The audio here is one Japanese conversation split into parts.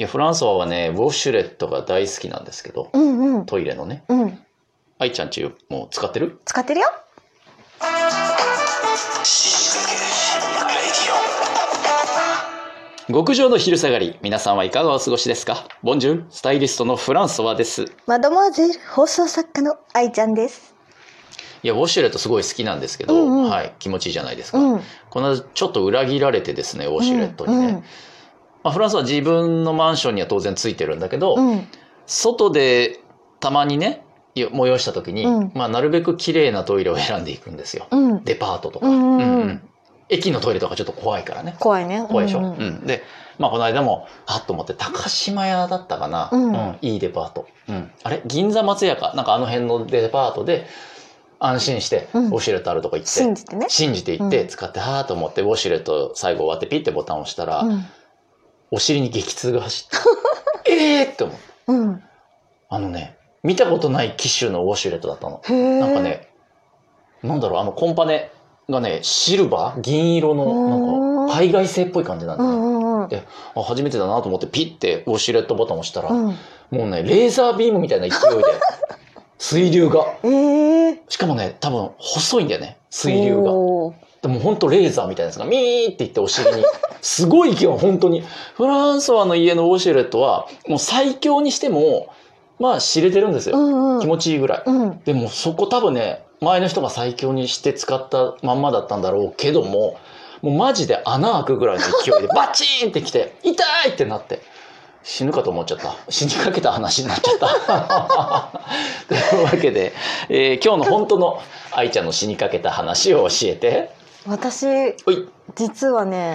いや、フランソワはね、ウォシュレットが大好きなんですけど、トイレのね。愛ちゃんちもう使ってる？ 使ってるよ。 極上の昼下がり、皆さんはいかがお過ごしですか？ボンジュール、スタイリストのフランソワです。 マドモアゼル、放送作家の愛ちゃんです。 いや、ウォシュレットすごい好きなんですけど、はい、気持ちいいじゃないですか。この間ちょっと裏切られてですね、ウォシュレットにね。フランスは自分のマンションには当然ついてるんだけど、外でたまにね催した時に、なるべく綺麗なトイレを選んでいくんですよ、デパートとか、駅のトイレとかちょっと怖いからね。 怖いね。 怖いでしょ。で、この間もはっと思って高島屋だったかな、いいデパート、あれ銀座松屋かなんかあの辺のデパートで安心してウォシュレットあるとこ行って、信じて行って使ってはーと思ってウォシュレット最後終わってピッてボタンを押したら、お尻に激痛が走ってって思う、見たことない機種のウォシュレットだったの。なんかね、なんだろう、コンパネがねシルバー銀色のなんか海外製っぽい感じなんだよね。で、初めてだなと思ってピッてウォシュレットボタンを押したら、もうねレーザービームみたいな勢いで水流が、しかもね多分細いんだよね、水流が。でもほんとレーザーみたいなやつがミーっていってお尻にすごい勢い、本当にフランソワの家のウォシュレットはもう最強にしても知れてるんですよ、気持ちいいぐらい、でもそこ多分ね前の人が最強にして使ったまんまだったんだろうけども、もうマジで穴開くぐらいの勢いでバチーンってきて痛いってなって死ぬかと思っちゃった。死にかけた話になっちゃったというわけで、今日の本当の愛ちゃんの死にかけた話を教えて。 私実はね、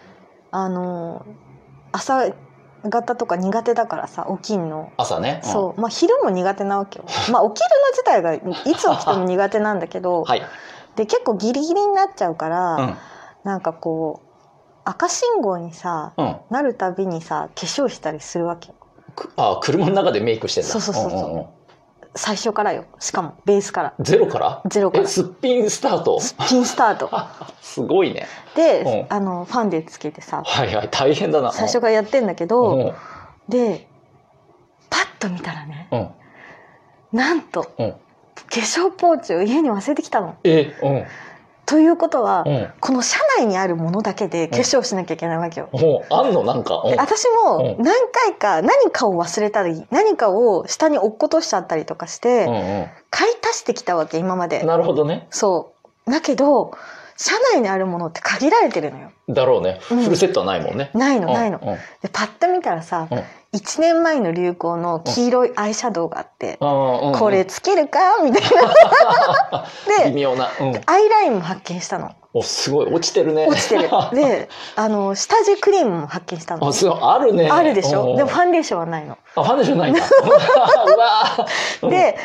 朝方とか苦手だからさ、起きんの。 朝ね。 そう、昼も苦手なわけよ。起きるの自体がいつ起きても苦手なんだけど、で結構ギリギリになっちゃうから、なんかこう赤信号にさ、なるたびにさ化粧したりするわけよ。 車の中でメイクしてんだ。 そう最初からよ。しかもベースからゼロからすっぴんスタート。すごいね。 で、ファンデつけてさ、 大変だな。 最初からやってんだけど、でパッと見たらね、なんと化粧ポーチを家に忘れてきたの。ということは、この車内にあるものだけで化粧しなきゃいけないわけよ。 あんのなんか。 私も何回か何かを忘れたり何かを下に落っことしちゃったりとかして買い足してきたわけ、今まで。 なるほどね。 そうだけど車内にあるものって限られてるのよ。 だろうね。フルセットはないもんね。 ないの。でパッと見たらさ、1年前の流行の黄色いアイシャドウがあって、これつけるかみたいなで微妙な、 アイラインも発見したの。 すごい落ちてるね。 落ちてる。で下地クリームも発見したの。 あるね。 あるでしょ。でもファンデーションはないの。 ファンデーションないんだで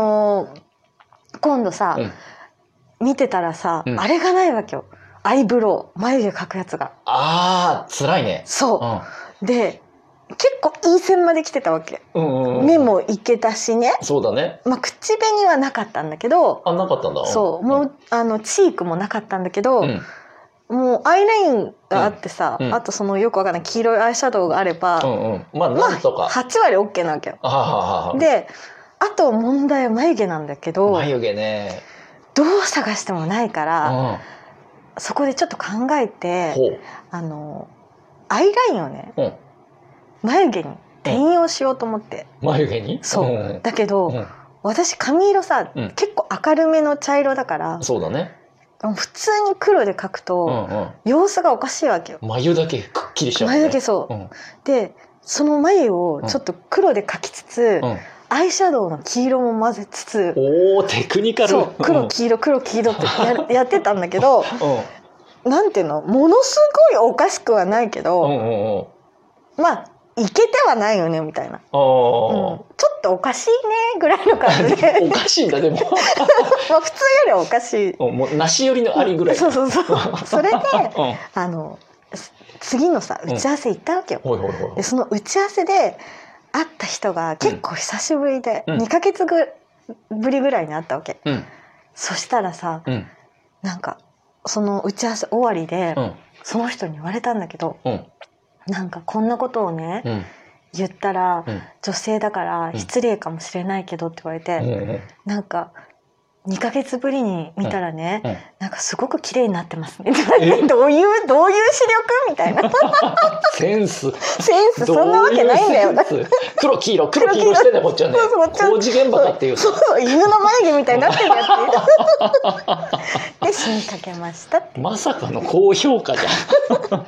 今度さ、見てたらさ、あれがないわけよ。アイブロウ、眉毛描くやつが。 辛いね。 で結構いい線まで来てたわけ。目もいけたしね。 そうだね。 口紅はなかったんだけど。 なかったんだ。 もうチークもなかったんだけど、もうアイラインがあってさ、あとそのよくわかんない黄色いアイシャドウがあれば、 なんとか 8割 OK なわけよ。であと問題は眉毛なんだけど、 眉毛ね、 どう探してもないから、そこでちょっと考えてアイラインをね、眉毛に転用しようと思って。 眉毛に？ そうだけど、私髪色さ、結構明るめの茶色だから。 そうだね。 普通に黒で描くと様子がおかしいわけよ。 眉だけくっきりしちゃうね。 眉だけでその眉をちょっと黒で描きつつ、アイシャドウの黄色も混ぜつつ、 テクニカル。 そう黒黄色ってやってたんだけど、なんていうの、ものすごいおかしくはないけど、いけてはないよねみたいな、ちょっとおかしいねぐらいの感じでおかしいんだでも普通よりはおかしい、 もう梨寄りのありぐらい。 それで次のさ打ち合わせ行ったわけよ。でその打ち合わせで会った人が結構久しぶりで、2ヶ月ぶりぐらいに会ったわけ。そしたらさ、なんかその打ち合わせ終わりで、その人に言われたんだけど、なんかこんなことをね、 言ったら、女性だから失礼かもしれないけどって言われて、なんか2ヶ月ぶりに見たらね、なんかすごく綺麗になってますね。どういう視力みたいな。 センスそんなわけないんだよ。 黒黄色してんだよこっちはね。工事現場かっていう。 そう犬の眉毛みたいになってるやつ。で死にかけましたって。 まさかの高評価じゃん。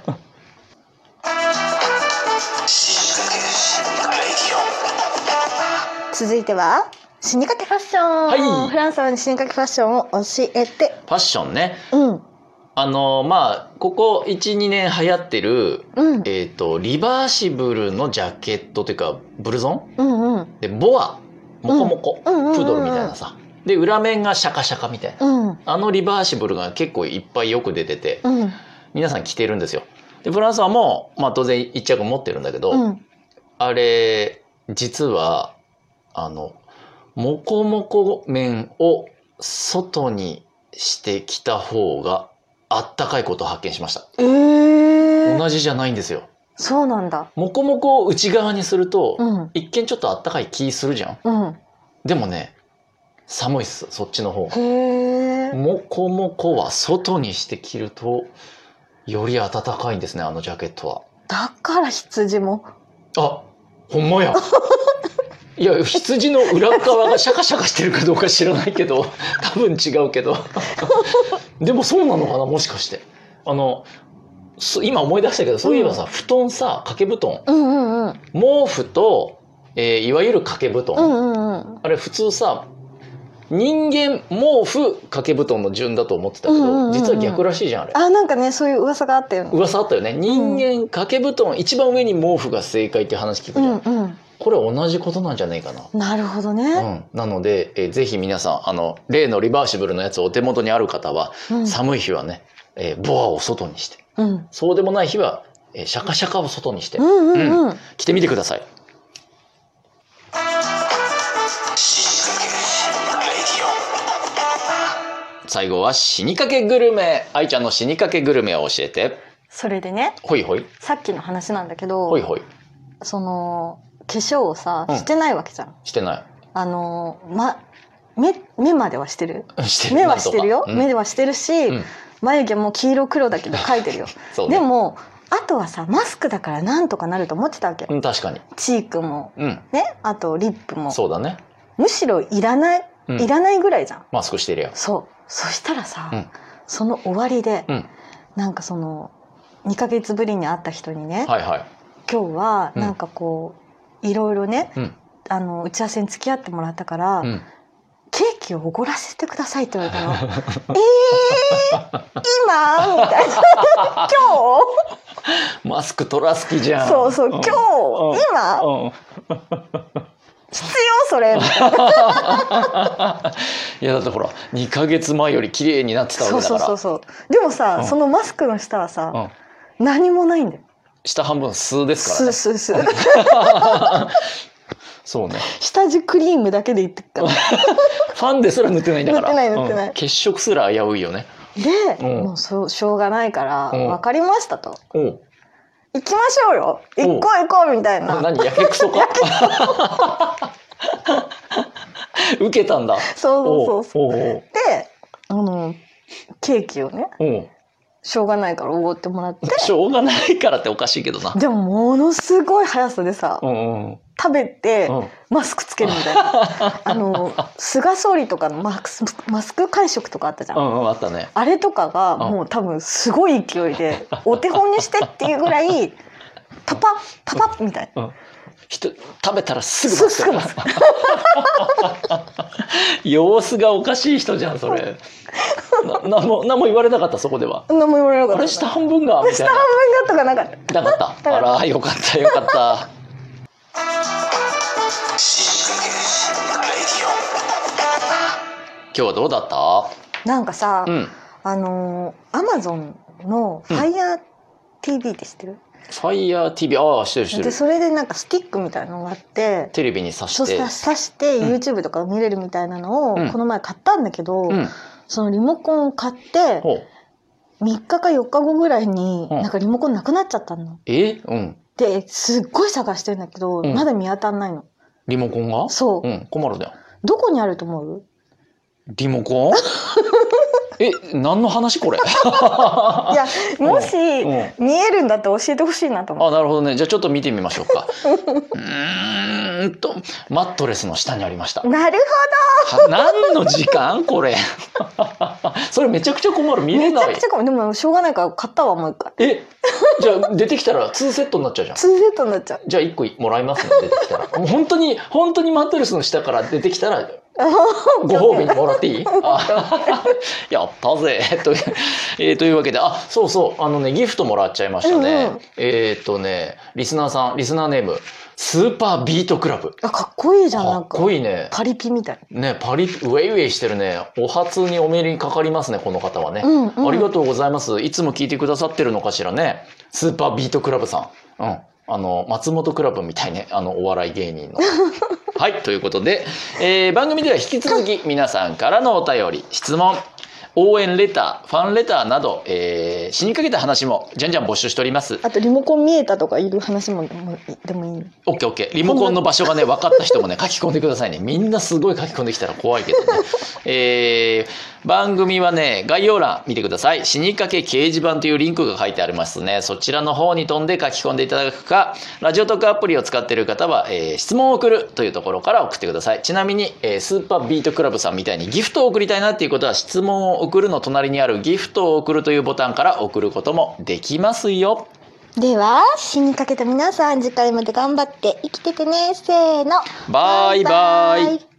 続いては死にかけファッション、はい、フランスは死にかけファッションを教えて。 ファッションね、まあここ 1,2 年流行ってる、リバーシブルのジャケットというかブルゾン、でボアモコモコ、プードルみたいなさ、で裏面がシャカシャカみたいな、あのリバーシブルが結構いっぱいよく出てて、皆さん着てるんですよ。でフランスはもう、当然1着持ってるんだけど、あれ実はモコモコ面を外にしてきた方があったかいことを発見しました。同じじゃないんですよ。 そうなんだ。 モコモコを内側にすると、一見ちょっとあったかい気するじゃん。でもね、寒いっす、そっちの方が。モコモコは外にして着るとより暖かいんですね、あのジャケットは。 だから羊も。 あ、ほんまや。いや羊の裏側がシャカシャカしてるかどうか知らないけど多分違うけどでもそうなのかな、もしかして。今思い出したけど、そういえばさ、布団さ、掛け布団、毛布と、いわゆる掛け布団、あれ普通さ人間毛布掛け布団の順だと思ってたけど、実は逆らしいじゃんあれ。 なんかね、そういう噂があったよね。 噂あったよね。人間掛け布団、一番上に毛布が正解っていう話聞くじゃん。これ同じことなんじゃないかな。 なるほどね。 なので、ぜひ皆さん例のリバーシブルのやつお手元にある方は、寒い日はね、ボアを外にして、そうでもない日は、シャカシャカを外にして、着てみてください。最後は死にかけグルメ。愛ちゃんの死にかけグルメを教えて。 それでね、 ほいほい、 さっきの話なんだけど、 ほいほい、 化粧をさ、してないわけじゃん。 してない。 目まではしてる。目はしてるよ。目ではしてるし、眉毛も黄色黒だけど描いてるよ。でもあとはさ、マスクだからなんとかなると思ってたわけ。 確かに。 チークも、ね、あとリップも。 そうだね。 むしろいらないぐらいじゃん。 マスクしてるよ。 そしたらさ、その終わりで、なんか2ヶ月ぶりに会った人にね、今日はなんかこういろいろね、打ち合わせに付き合ってもらったから、ケーキをおごらせてくださいって言われたの。今みたいな。今日マスク取らす気じゃん。 そう今日、今、必要それみたいな。 いやだってほら2ヶ月前より綺麗になってたわけだから。 そうでもさ、そのマスクの下はさ、何もないんだよ。 下半分素ですからね。 素そうね。 下地クリームだけでいってっから。 ファンですら塗ってないんだから。 塗ってない。 血色すら危ういよね。 で、もうしょうがないから分かりましたと。行きましょうよ。行こうみたいな。 何、やけくそか。受けたんだ。 そう。で、ケーキをね。しょうがないからおごってもらって。 しょうがないからっておかしいけどな。 でもものすごい速さでさ、食べてマスクつけるみたいな。菅総理とかのマスク会食とかあったじゃん。 あったね。 あれとかがもう多分すごい勢いでお手本にしてっていうぐらいパパッみたいな。 食べたらすぐマスク。様子がおかしい人じゃんそれ。何も言われなかった、そこでは。 何も言われなかった。 あれ下半分がみたいな。 下半分がとかなかった。 なかった。あらよかった。今日はどうだった？ なんかさ、Amazon の Fire TV って知ってる ？Fire TV、知ってる。 でそれでなんかスティックみたいなのがあって、 テレビに挿して YouTube とか見れるみたいなのをこの前買ったんだけど、そのリモコンを買って3日か4日後ぐらいになんかリモコンなくなっちゃったの。 ですっごい探してるんだけど、まだ見当たんないの。 リモコンが？ そう。 困るだよ。 どこにあると思う？ リモコン？何の話これ？いや、もし見えるんだって教えてほしいなと思って。 なるほどね。じゃあちょっと見てみましょうか。マットレスの下にありました。 なるほど。何の時間これ？それめちゃくちゃ困る。見れない。 めちゃくちゃ困る。でもしょうがないから買ったわ、もう一回。 じゃあ出てきたら2セットになっちゃうじゃん。2 セットになっちゃう。 じゃあ1個もらいますね、出てきたら。もう本当にマットレスの下から出てきたらご褒美にもらっていい？やったぜというわけで、そうそうギフトもらっちゃいましたね。リスナーネームスーパービートクラブ。 かっこいいじゃん。 かっこいいね。 パリピみたいね。ウェイウェイしてるね。お初にお目にかかりますね、この方はね。ありがとうございます。いつも聞いてくださってるのかしらね。スーパービートクラブさん。松本クラブみたいね。お笑い芸人の。はい、ということで、番組では引き続き皆さんからのお便り、質問、応援レター、ファンレターなど、死にかけた話もじゃんじゃん募集しております。 あとリモコン見えたとかいる話もでもいい。 オッケー。リモコンの場所がね分かった人もね書き込んでくださいね。みんなすごい書き込んできたら怖いけどね。番組はね概要欄見てください。死にかけ掲示板というリンクが書いてありますね。そちらの方に飛んで書き込んでいただくか、ラジオトークアプリを使っている方は、質問を送るというところから送ってください。ちなみに、スーパービートクラブさんみたいにギフトを送りたいなっていうことは、質問を送るの隣にあるギフトを送るというボタンから送ることもできますよ。 では死にかけた皆さん、次回まで頑張って生きててね。せーの、 バイバイ。